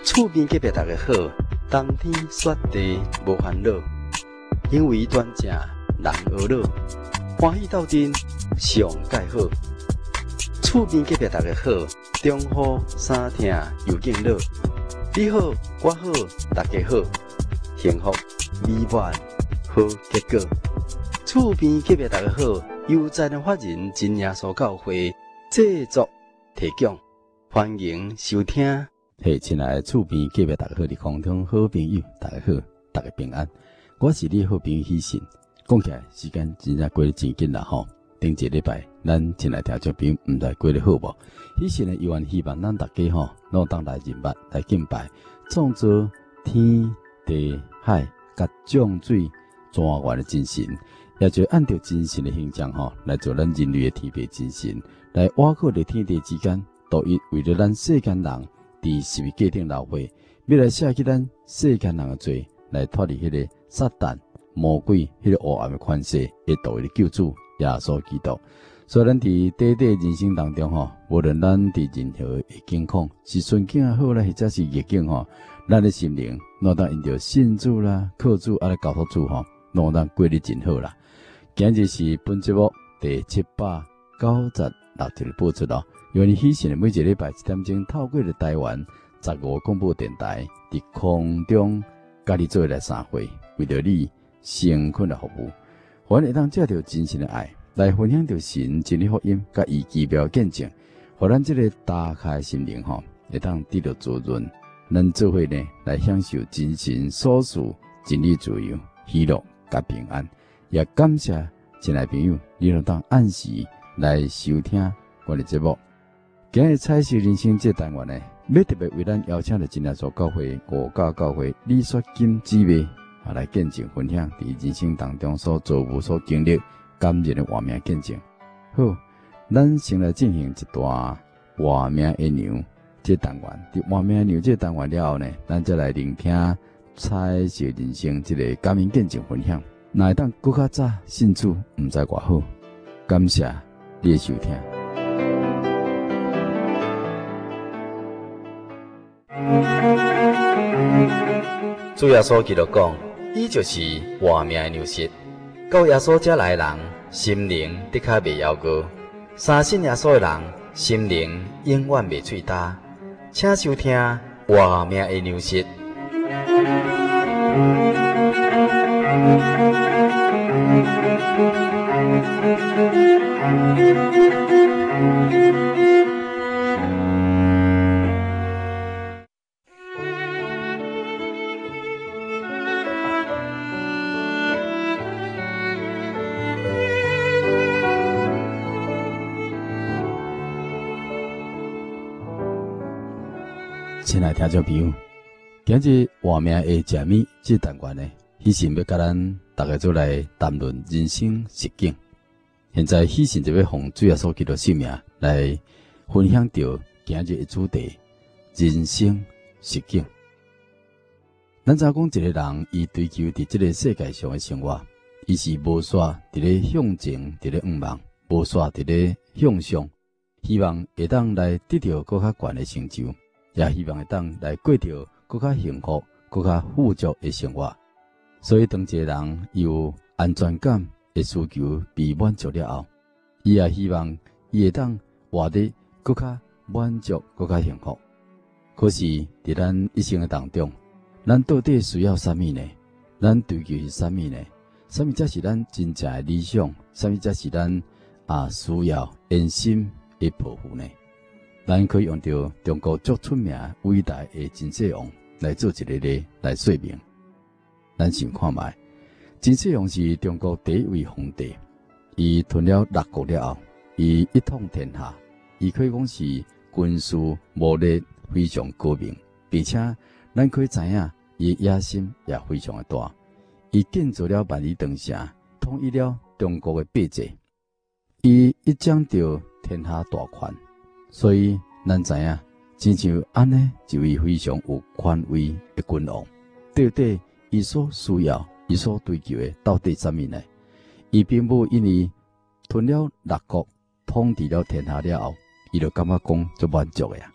厝边隔壁大家好，冬天雪地无烦恼，因为端正人和乐，欢喜斗阵上介好。厝边隔壁大家好，中好三听又敬乐，你好我好大家好，幸福美满好结果。厝边隔壁大家好，由在人法人真耶稣教会制作提供，欢迎收听。 嘿，亲爱的厝边隔壁大家好，你空中好朋友，大家好，大家平安。我是你好朋友喜信。讲起来，时间真正过得真紧啦吼。顶一个礼拜，咱亲爱听众朋友毋知过得好无？喜信呢，依然希望咱大家吼，拢当来认捌来敬拜，创造天地海甲众水全源的真神，也就按照真神的形象吼，来做咱人类的天地真神，来挖靠伫天地之间，独一为了咱世间人。伫十字架顶流血，要来写起咱世间人的罪，来脱离迄个撒旦、魔鬼迄个黑暗的权势，会独一的救主耶稣基督。所以咱伫短短人生当中吼，无论咱伫任何的境况，是顺境也好啦，或者是逆境吼，咱的心灵若当因着信主啦、靠主啊来交托主吼，若当过得真好啦。今日是本节目第796集的播出咯。因为喜信的每一个礼拜1点钟，透过了台湾15广播电台，伫空中甲你做来3回，为着你诚恳的服务，互咱会当借着真神的爱，来分享着神真理福音，甲伊奇妙见证，互咱这个打开心灵吼，会当得到滋润。咱做伙呢，来享受真神所赐真理自由、喜乐甲平安。也感谢亲爱朋友，你能当按时来收听我的节目。今日彩色人生这单元呢，要特别为咱邀请了真耶稣教会五教教会李雪金姊妹来见证分享伫人生当中所遭遇、所经历感人的画面见证。好，咱先来进行一段画面的牛这单元。伫画面的牛这单元了后呢，咱再来聆听彩色人生这个感人见证分享。那会当更较早信主，毋知偌好。感谢你的收听。 主耶稣基督讲，伊就是活命的粮食。到耶稣遮来的人，心灵的确袂夭糕；相信耶稣的人，心灵永远袂脆焦。请收听活命的粮食。 亲爱听众朋友，今日画面的食物这单元呢，喜信要甲咱大家做来谈论人生实境。现在喜信就要奉主耶稣基督性命来分享到今日的主题：人生实境。咱知讲一个人，伊追求伫这个世界上的生活，伊是无煞伫咧向前，伫咧仰望，无煞伫咧向上，希望会当来得到更较悬的成就。也希望会当来过着更较幸福、更较富足的生活。所以，当一个人有安全感的需求被满足了后，伊也希望伊会当活得更较满足、更较幸福。可是，伫咱一生的当中，咱到底需要什么呢？咱追求是什么呢？什么才是咱真正的理想？什么才是咱需要用心的抱负呢？咱可以用到中国最出名伟大的金世王来做一个例来说明。咱先看卖，金世王是中国第一位皇帝，伊吞了6国了后，伊一统天下，伊可以讲是军事武力非常高明，并且咱可以知影伊野心也非常的大。伊建造了万里长城，统一了中国的百济，伊一掌着天下大权。所以，咱知影，真像安尼一位非常有权威的君王，到底伊所需要、伊所追求的到底什么呢？伊并无因为吞了6国、统治了天下了后，伊就感觉讲就满足的呀。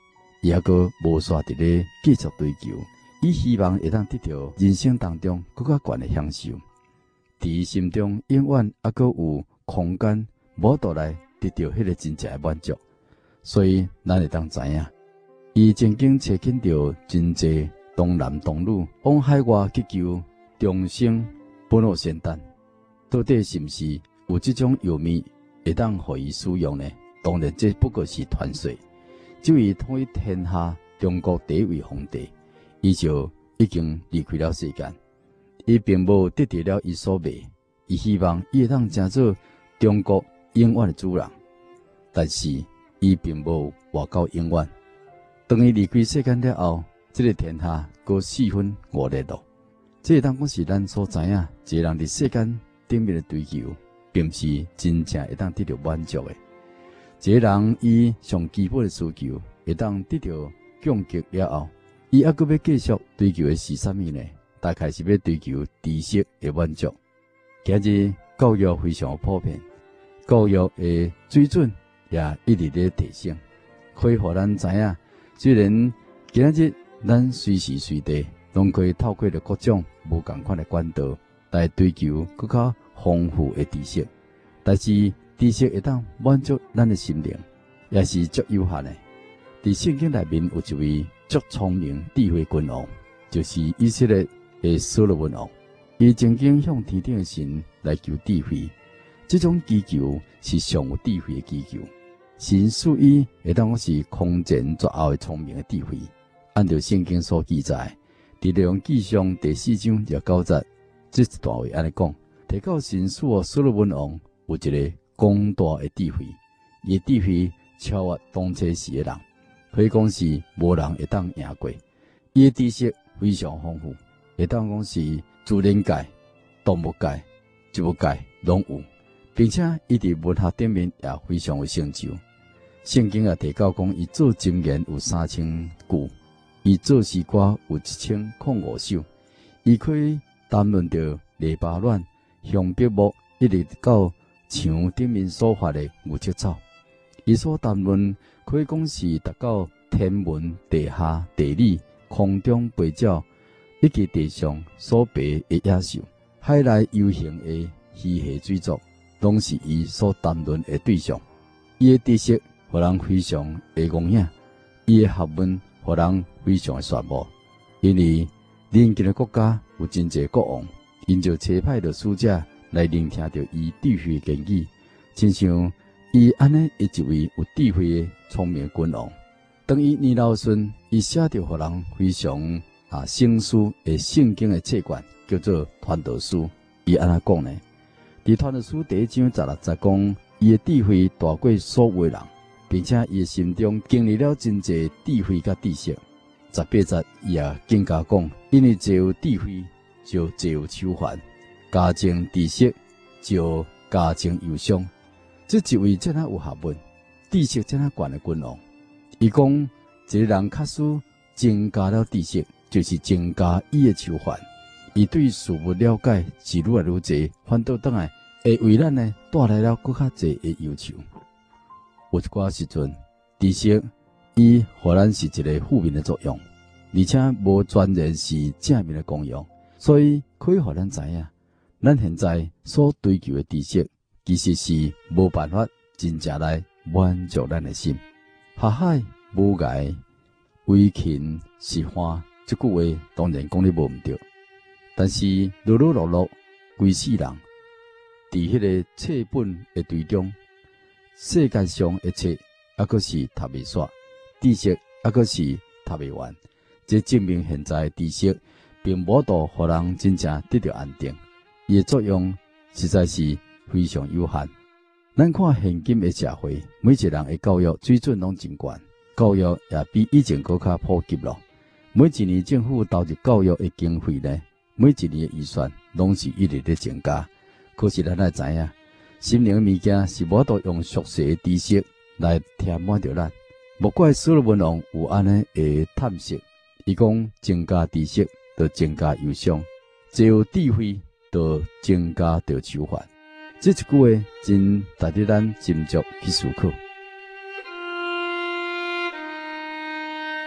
伊还阁无煞伫咧继续追求，伊希望会当得到人生当中更较悬的享受。伫伊心中永远还阁有空间，无度来得到迄个真正的满足。所以咱会当知影，伊曾经找见到真济童男童女往海外去求重生本我仙丹，到底是毋是有这种药物会当互伊使用呢？当然，这不过是传说。就以统一天下中国第一位皇帝，伊就已经离开了世间。伊并无得到了伊所欲，伊希望伊会当成做中国永远的主人，但是伊并无活到永远。当伊离开世间了后，这个天下过4分5裂咯。这当讲是咱所知影，一个人伫世间顶面的追求，并不是真正会当得到满足的。一个人伊上基本的需求会当得到降级了后，伊还阁要继续追求的是啥物呢？大概是要追求知识的满足。今日教育非常普遍，教育的水准也一直在提升，可以互咱知影，虽然今日咱随时随地拢可以透过着各种无共款的管道来追求更较丰富的知识，但是知识会当满足咱的心灵，也是足有限的。伫圣经内面有一位足聪明智慧君王，就是以色列的所罗门王。伊曾经向天顶的神来求智慧，这种祈求是上有智慧的祈求。神赐伊会当讲是空前绝后的聪明的智慧。按照圣经所记载，伫列王纪上第4章9节，这一段话安尼讲：提到神赐所罗门王有一个广大的智慧，伊的智慧超越当初时的人，可以讲是无人会当赢过。伊的知识非常丰富，会当讲是自然界、动物界、植物界拢有，并且伊伫文学顶面也非常有成就。圣经也提到讲，伊做箴言有3000句，伊做诗歌有1005首，伊可以谈论着黎巴嫩、香柏木，一直到墙顶面所发的五色草。伊所谈论可以讲是达到天文、地下、地理、空中飞鸟，以及地上所爬的野兽、海内游行的鱼虾水族，拢是伊所谈论的对象。伊的知识互人非常的恭敬，伊的学问互人非常的羡慕。因为邻近的国家有真济国王，因就差派着使者来聆听着伊智慧的言语，亲像伊安尼一位有智慧的聪明君王。当伊年老孙，伊写着互人非常生疏的圣经的册卷，叫做《传道书》。伊安怎讲呢？伫《传道书》第1章16节讲，伊的智慧大过所有人，并且伊的心中经历了真济智慧甲知识。18节伊也更加讲，因为只有智慧，就只有愁烦；加增知识，就加增忧伤。这一位这样有学问、知识这样悬的君王，伊讲，一个人假使增加了知识，就是增加伊的愁烦。伊对事物了解是愈来愈侪，反倒转来会为咱呢带来了更较侪的忧愁。有一寡时阵，知识伊互咱是一个负面的作用，而且无全然是正面的功用，所以可以互咱知影，咱现在所追求的知识，其实是无办法真正来满足咱的心。下海无涯，为勤是花，这句话当然讲得无毋对，但是碌碌碌碌，规世人伫迄个册本的堆中，世界上的册还阁是读未煞，知识还阁是读未完。这证明现在的知识并无度互人真正得到安定，伊的作用实在是非常有限。咱看现今的社会，每一个人的教育水准拢真悬，教育也比以前更加普及了。每一年政府投入教育的经费呢，每一年的预算拢是一直在增加。可是咱也知影，心灵的物件是无度用俗世的知识来填满着咱。莫怪所罗门王有安尼的叹息，伊讲增加知识就增加忧伤，只有智慧就增加着愁烦。这一句话真值得咱斟酌去思考。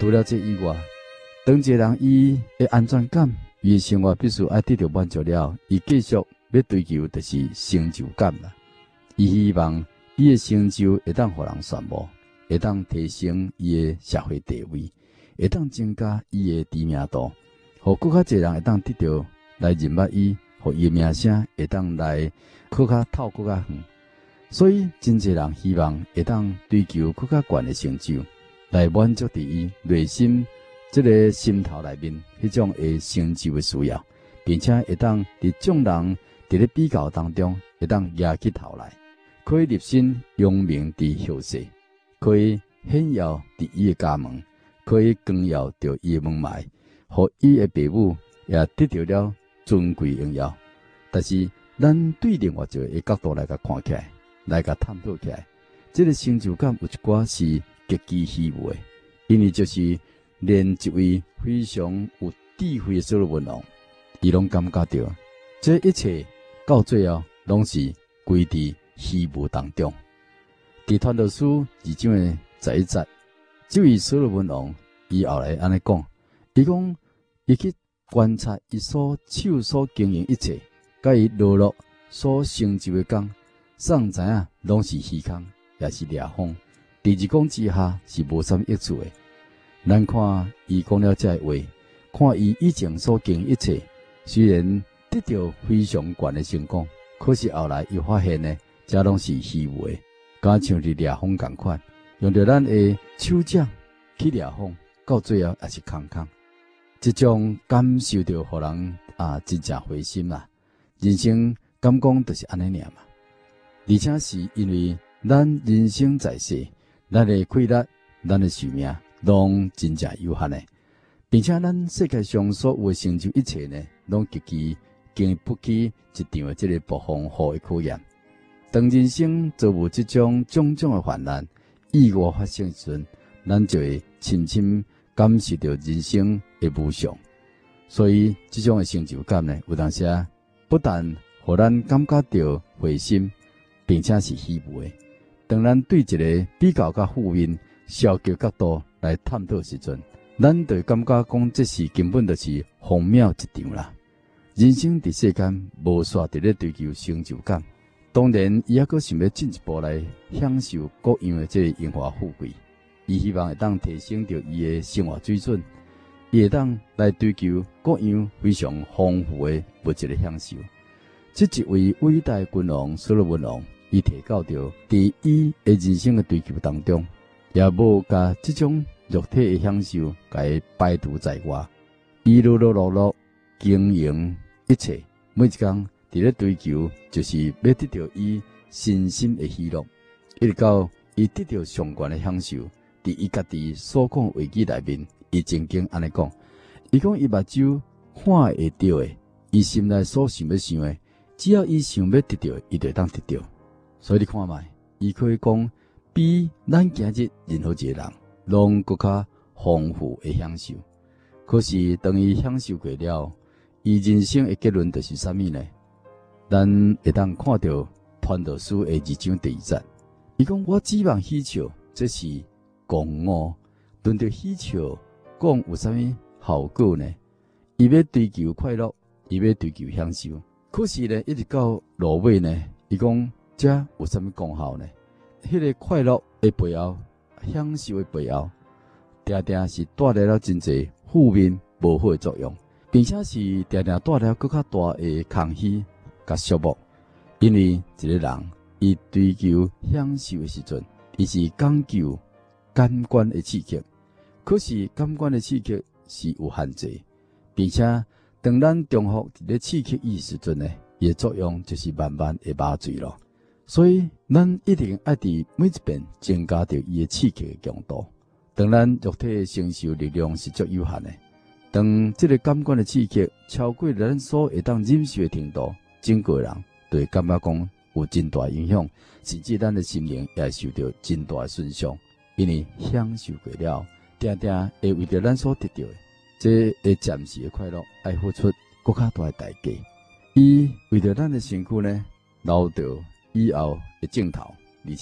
除了这以外，当一个人伊的安全感、伊的生活必须爱得到满足了，伊继续要追求就是成就感啦。伊希望伊的成就会当互人羡慕，会当提升伊的社会地位，会当增加伊的知名度，互更较侪人会当得到来认捌伊，互伊的名声会当来更较透更较远。所以真侪人希望会当追求更较悬的成就，来满足伫伊内心这个心头内面迄种的成就的需要，并且会当伫众人伫咧比较当中会当压起头来，可以立身扬名伫后世，可以炫耀伫伊的家门，可以光耀着伊的门楣，互伊的父母也得到了尊贵荣耀。但是咱对另外一个角度来甲看起来，来甲探讨起来，这个成就感有一寡是极其虚无的，因为就是连一位非常有智慧的所罗门王，伊拢感觉到这一切到最后拢是归伫虚无当中。伫传道书2章的11节，这位所罗门王伊后来安尼讲，伊讲伊去观察伊手所经营一切，甲伊落落所成就的工，尚知影拢是虚空，也是掠风。第二讲之下是无啥益处的。咱看伊讲了这话，看伊以前所经一切，虽然得到非常悬的成功，可是后来伊发现呢，这拢是虚无的，敢像是掠风共款，用着咱的手掌去掠风，到最后也是空空。这种感受着互人真正灰心啦。人生敢讲就是安尼尔嘛，而且是因为咱人生在世，咱的快乐、咱的寿命拢真正有限的，并且咱世界上所有的成就一切呢，拢极其经不起一场的这个暴风雨的考验。当人生遭遇这种种种的患难、意外发生时阵，咱就会深深感受到人生的无常。所以这种的成就感呢，有当时不但互咱感觉到灰心，并且是虚无的。当咱对一个比较较负面、消极角度来探讨时阵，咱就感觉讲这是根本就是荒谬一场啦。人生伫世间无煞伫咧追求成就感，当然伊还阁想要进一步来享受各样的这个荣华富贵，伊希望会当提升着伊的生活水准，伊会当来追求各样非常丰富的物质的享受。这一位伟大的君王所罗门王，伊提到着伫伊的人生的追求当中，也无甲这种肉体的享受甲伊排除在外。伊碌碌经营一切，每一工伫咧追求，就是要得到伊身心的喜乐，一直到伊得到上悬的享受。伫伊家己所讲话语内面，伊曾经安尼讲，伊讲伊目睭看会到的，伊心内所想要想的，只要伊想要得到，伊就会当得到。所以你看卖，伊可以讲比咱今日任何一个人拢更较丰富的享受。可是当伊享受过了，伊人生的结论就是啥物呢？咱会当看到传道书的2章第2节，伊讲我指望喜笑，这是讲我论到喜笑，讲有啥物效果呢？伊要追求快乐，伊要追求享受，可是呢，一直到落尾呢，伊讲这有啥物功效呢？迄个快乐的背后，享受的背后，定定是带来了真侪负面无好的作用，并且是定定带来更较大的空虚甲寂寞。因为一个人伊追求享受的时阵，伊是讲究感官的刺激，可是感官的刺激是有限制，并且当咱重复伫咧刺激伊时阵呢，伊的作用就是慢慢会麻醉咯。所以咱一定爱伫每一遍增加着伊的刺激的强度。当咱肉体的承受力量是足有限的，当这个感官的刺激超过咱所会当忍受的程度，整个人就会感觉讲有真大影响，甚至咱的心灵也会受到真大的损伤。因为享受过了，定定会为着咱所得到的，这个暂时的快乐，爱付出更较大的代价。伊为着咱的身躯呢，留到以后的镜头，而且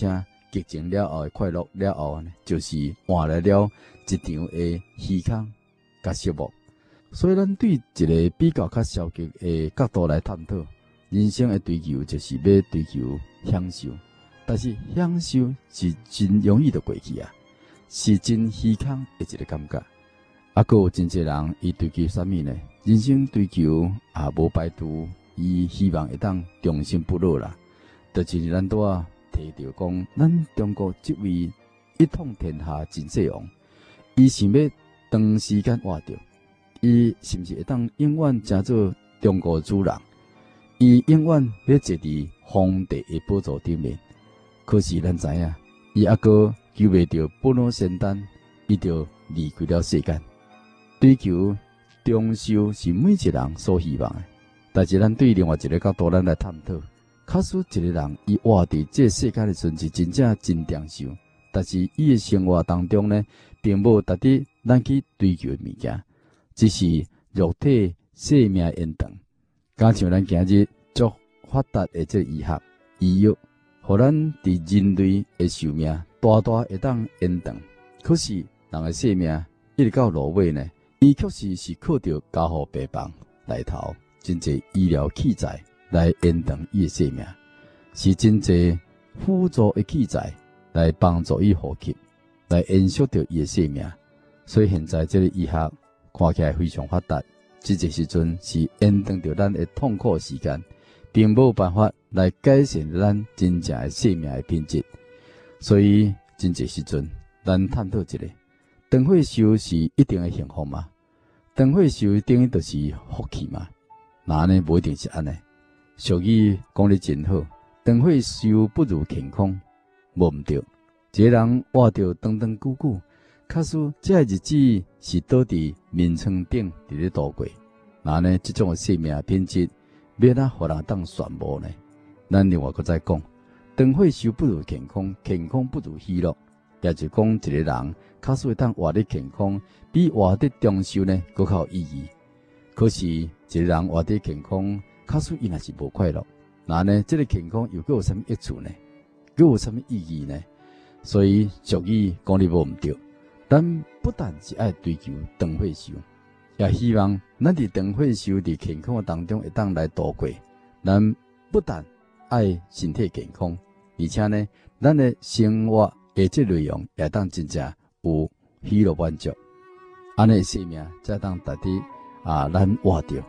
激情了后的快乐了后呢，就是换来了一场的虚空甲寂寞。所以咱对一个比较较消极的角度来探讨，人生的追求就是要追求享受，但是享受是真容易就过去啊，是真虚空的一个感觉。还有真侪人伊追求啥物呢？人生追求无排除，伊希望会当终身不老啦。就是咱拄仔提到讲，咱中国这位一统天下真世王，伊想要长时间活着，伊是毋是会当永远成做中国主人？伊永远要坐伫皇帝的宝座顶面。可是咱知影，伊还阁求袂着本老仙丹，伊就离开了世间。追求长寿是每一个人所希望的，但是咱对另外一个角度，咱来探讨。假使一个人伊活伫这世界的时阵是真正真长寿，但是伊的生活当中呢，并无达到咱去追求的物件，只是肉体生命延长。加像咱今日足发达的这医学医药，互咱伫人类的寿命大大会当延长。可是人的生命一直到落尾呢，伊确实是靠着家护病房来头真侪医疗器材来延长伊的生命，是真侪辅助的器材来帮助伊呼吸，来延续着伊的生命。所以现在这个医学看起来非常发达，这个时阵是延长着咱的痛苦的时间，并无办法来改善咱真正的生命的品质。所以真侪时阵，咱探讨一下，长岁寿是一定的幸福吗？长岁寿等于就是福气嘛？那呢，无一定是安尼。俗语讲得真好，长岁寿不如健康，无毋对。一个人活着长长久久，假使这日子是倒伫眠床顶伫咧度过，那呢，这种生命品质要哪互人当传播呢？咱另外搁再讲，长岁寿不如健康，健康不如喜乐。也就讲，一个人假使会当活得健康，比活得长寿呢，搁较有意义。可是，一个人活得健康，假使伊若是无快乐，那呢，这个健康又搁有啥物益处呢？搁有啥物意义呢？所以俗语讲得无毋对，咱不但是爱追求长岁寿，也希望咱伫长岁寿伫健康当中会当来度过。咱不但爱身体健康，而且呢，咱的生活的这内容也当真正有喜乐满足，安尼生命才当达到咱活着。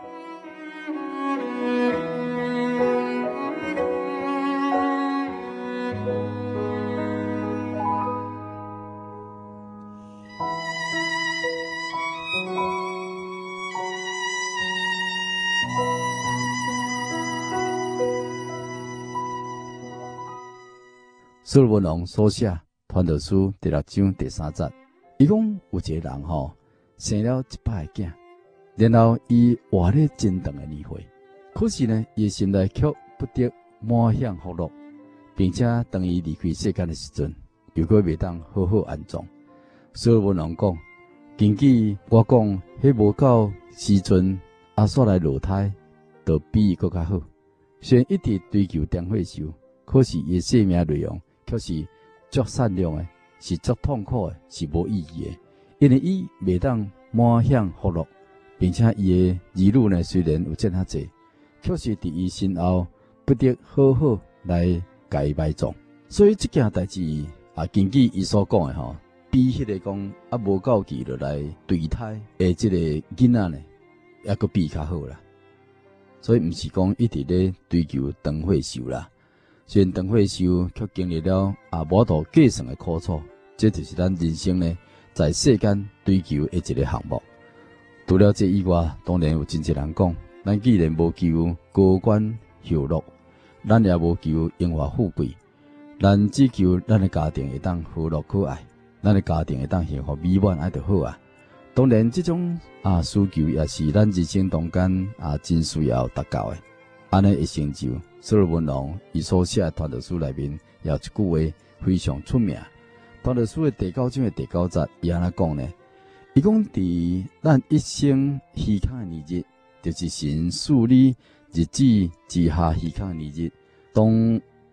所罗门王所写《传道书》第6章第3节，伊讲有一个人生了100个囝，然后伊活了真长的年岁，可是呢，伊心内却不得满享福乐，并且当伊离开世间的时阵，又阁未当好好安葬。所罗门王讲，根据我讲，迄无到时阵阿煞来落胎，就比伊阁较好。虽然一直追求长岁寿，可是伊生命内容却是足善良的，是足痛苦的，是无意义的。因为伊未当满享福乐，并且伊的儿女呢，虽然有这么济，却是伫伊身后不得好好来甲伊埋葬。所以这件代志根据伊所讲的比迄个讲无够期落来对胎的这个囡仔呢，还阁比较好啦。所以毋是讲一直咧追求长岁寿啦。虽然长岁寿，却经历了无度计算的苦楚，这就是咱人生呢在世间追求的一个项目。除了这以外，当然有真侪人讲，咱既然无求高官厚禄，咱也无求荣华富贵，咱只求咱的家庭会当和乐可爱，咱的家庭会当幸福美满，爱就好啊。当然，这种需求也是咱人生当中真需要达到的。安尼一成就，所罗门王伊所写的传道书内面有一句话非常出名。传道书的第9章的第9节，伊安怎讲呢？伊讲伫咱一生虚空的年日，就是神赐你日子之下虚空的年日，当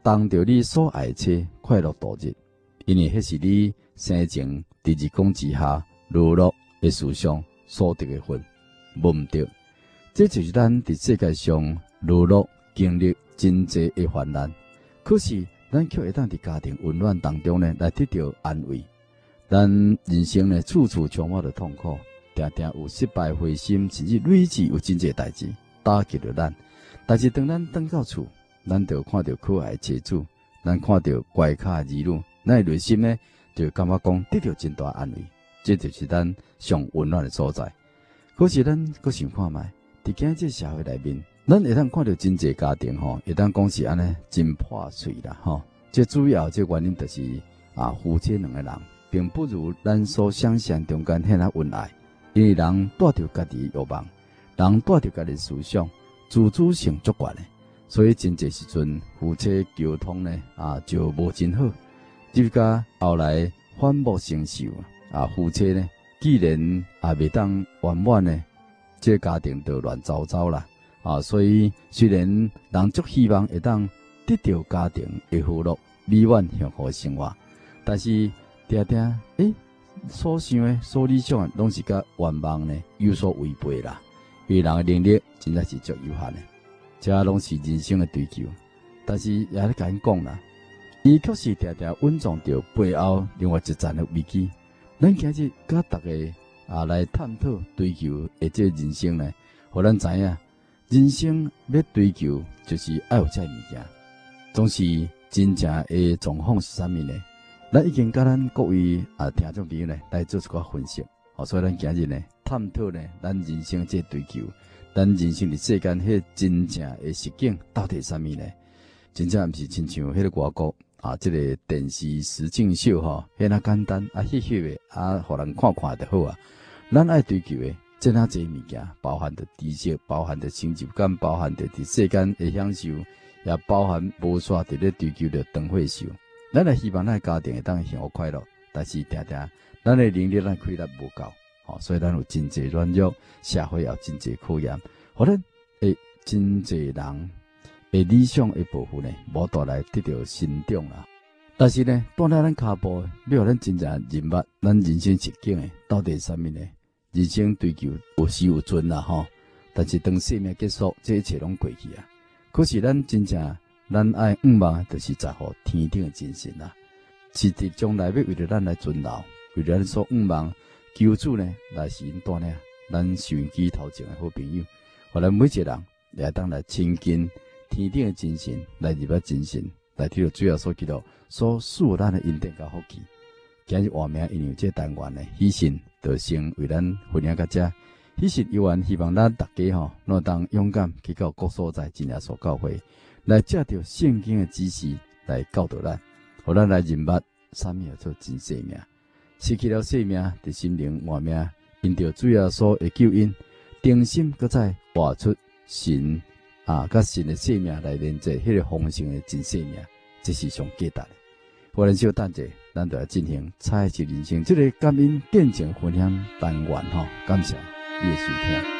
当着你所爱妻快乐度日，因为迄是你生前伫日光之下娱乐的思想所得的分，无毋对。这就是咱伫世界上娱乐经历真济的患难，可是咱却会当伫家庭温暖当中呢来得到安慰。咱人生呢处处充满着痛苦，常常有失败灰心，甚至累积有真济代志打击着咱。但是当咱返到厝，咱就看到可爱的妻子，咱看到乖巧的儿女，咱的内心呢就感觉讲得到真大安慰。这就是咱上温暖的所在。可是咱搁想看觅。伫今这社会内面，咱会当看到真济家庭吼，会当讲是安尼真破碎啦吼。这主要这原因就是夫妻两个人，并不如咱所想象中间遐尼恩爱，因为人带着家己欲望，人带着家己思想，自主性足悬的，所以真济时阵夫妻沟通呢就无真好，就甲后来反目成仇夫妻呢既然未当圆满呢。这个家庭就乱糟糟啦所以虽然人足希望会当得到家庭的和乐、美满幸福生活，但是常常所想的、所理想的，拢是甲愿望呢有所违背啦。因为人的能力真在是足有限的，这拢是人生的追求。但是也咧甲因讲啦，伊确实常常稳撞着背后另外一层的危机。咱今日甲大家。来探讨追求的这人生呢，互咱知影，人生要追求就是爱有这物件，总是真正的状况是啥物呢？咱已经甲咱各位听众朋友呢来做一个分析，所以咱今日呢探讨呢，咱人生这追求，咱人生的世间迄真正的实景到底啥物呢？真正毋是亲像迄个外国这个电视实境秀迄那简单翕的互人看看就好啊。咱爱追求的，这哪这物件，包含着知识，包含着成就感，包含着伫世间的享受，也包含无煞伫咧追求着长岁寿。咱也希望咱家庭会当幸福快乐，但是常常咱的能力、咱开力无够，所以咱有真济软弱，社会也有真济考验，互咱真济人的理想的部分呢，无带来得到成长啦。但是呢，带来咱脚步，要互咱真正认捌咱人生实景的到底是啥物呢？人生追求有时有尽啦但是当生命结束，这一切拢过去啊。可是咱真正咱爱望就是在乎天顶的精神啦，是伫将来要为了咱来存留，为了咱所望求主呢来是因带领咱收音机头前的好朋友，互咱每一个人也当来亲近天顶的精神，来入捌精神，来得到主要所记录所赐咱的恩典甲福气。今日话名因为这单元呢，喜信就先为咱分享到这。喜信有缘希望咱大家拢当勇敢去到各所在真耶稣教会，来借着圣经的指示来教导咱，互咱来认捌啥物叫做真生命。失去了生命，伫心灵换命，因着主耶稣的救恩，定心搁再活出神甲神的生命来连接迄个丰盛的真生命，这是上价值的。我咱小等者，咱就来进行彩色人生这个感恩见证分享单元感谢你的收听。